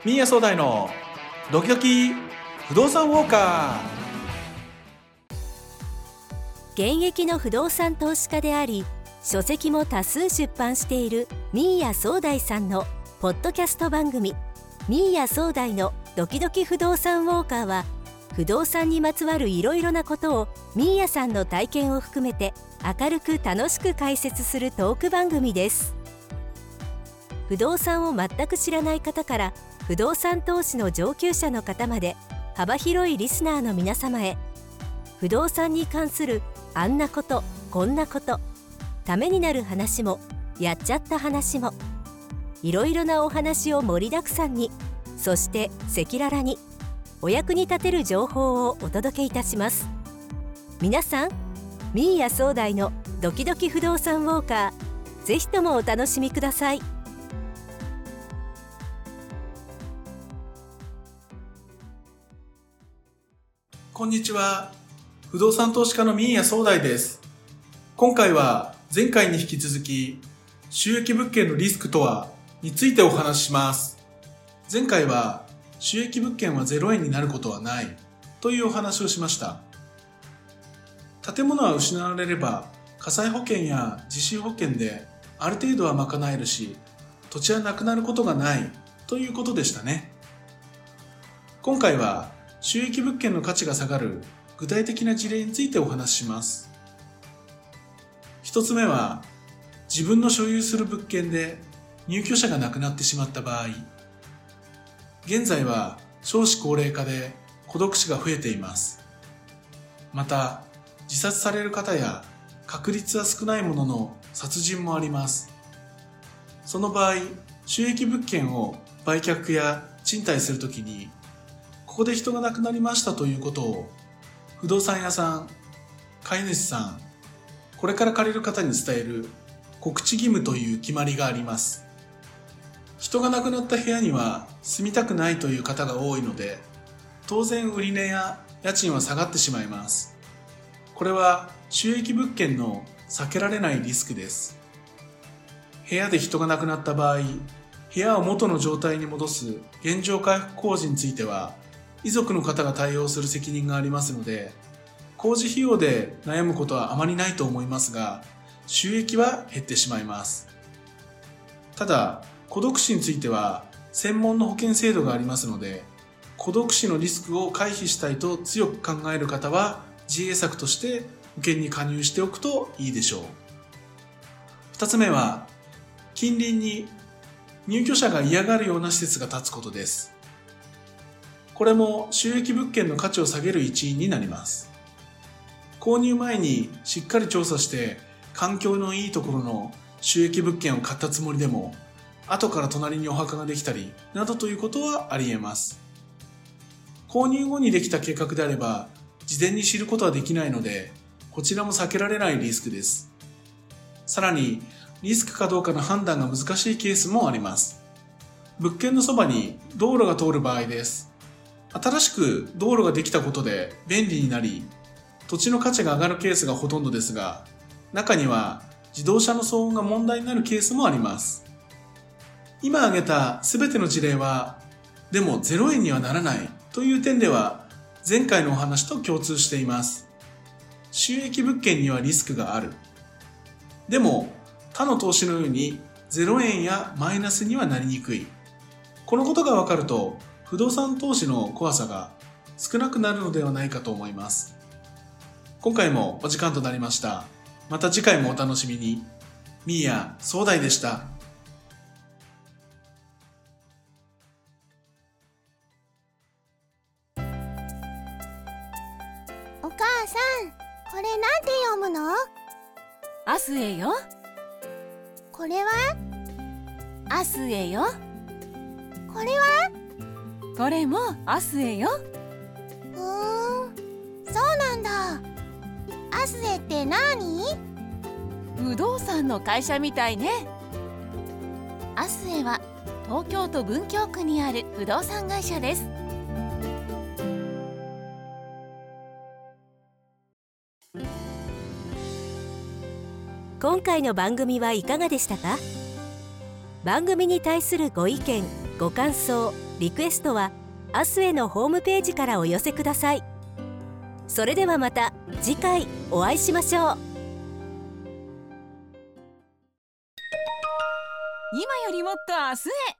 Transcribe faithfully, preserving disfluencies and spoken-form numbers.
新谷総大のドキドキ不動産ウォーカー。現役の不動産投資家であり、書籍も多数出版している新谷総大さんのポッドキャスト番組新谷総大のドキドキ不動産ウォーカーは、不動産にまつわるいろいろなことを新谷さんの体験を含めて明るく楽しく解説するトーク番組です。不動産を全く知らない方から不動産投資の上級者の方まで、幅広いリスナーの皆様へ、不動産に関するあんなことこんなこと、ためになる話もやっちゃった話も、いろいろなお話を盛りだくさんに、そして赤裸々にお役に立てる情報をお届けいたします。皆さん、新谷総大のドキドキ不動産ウォーカー、ぜひともお楽しみください。 こんにちは。不動産投資家の新谷総大です。今回は前回に引き続き、収益物件のリスクとはについてお話しします。前回は収益物件はゼロえんになることはないというお話をしました。建物は失われれば火災保険や地震保険である程度は賄えるし、土地はなくなることがないということでしたね。今回は収益物件の価値が下がる具体的な事例についてお話しします。一つ目は、自分の所有する物件で入居者が亡くなってしまった場合。現在は少子高齢化で孤独死が増えています。また、自殺される方や確率は少ないものの殺人もあります。その場合、収益物件を売却や賃貸するときに、ここで人が亡くなりましたということを不動産屋さん、買い主さん、これから借りる方に伝える告知義務という決まりがあります。人が亡くなった部屋には住みたくないという方が多いので、当然売値や家賃は下がってしまいます。これは収益物件の避けられないリスクです。部屋で人が亡くなった場合、部屋を元の状態に戻す原状回復工事については、遺族の方が対応する責任がありますので、工事費用で悩むことはあまりないと思いますが、収益は減ってしまいます。ただ、孤独死については専門の保険制度がありますので、孤独死のリスクを回避したいと強く考える方は、自衛策として保険に加入しておくといいでしょう。二つ目は、近隣に入居者が嫌がるような施設が建つことです。これも収益物件の価値を下げる一因になります。購入前にしっかり調査して環境のいいところの収益物件を買ったつもりでも、後から隣にお墓ができたりなどということはあり得ます。購入後にできた計画であれば事前に知ることはできないので、こちらも避けられないリスクです。さらにリスクかどうかの判断が難しいケースもあります。物件のそばに道路が通る場合です。新しく道路ができたことで便利になり、土地の価値が上がるケースがほとんどですが、中には自動車の騒音が問題になるケースもあります。今挙げたすべての事例は、でもゼロえんにはならないという点では、前回のお話と共通しています。収益物件にはリスクがある。でも、他の投資のようにゼロえんやマイナスにはなりにくい。このことがわかると、不動産投資の怖さが少なくなるのではないかと思います。今回もお時間となりました。また次回もお楽しみに。新谷総大でした。 お母さん、これなんて読むの？ アスエよ。 これは？ アスエよ。 これは？ これもアスエよ。 ふーん、そうなんだ。アスエって何？ 不動産の会社みたいね。アスエは東京都文京区にある不動産会社です。 今回の番組はいかがでしたか？番組に対するご意見、ご感想、 リクエストはアスエのホームページからお寄せください。それではまた次回お会いしましょう。 今よりもっと明日へ。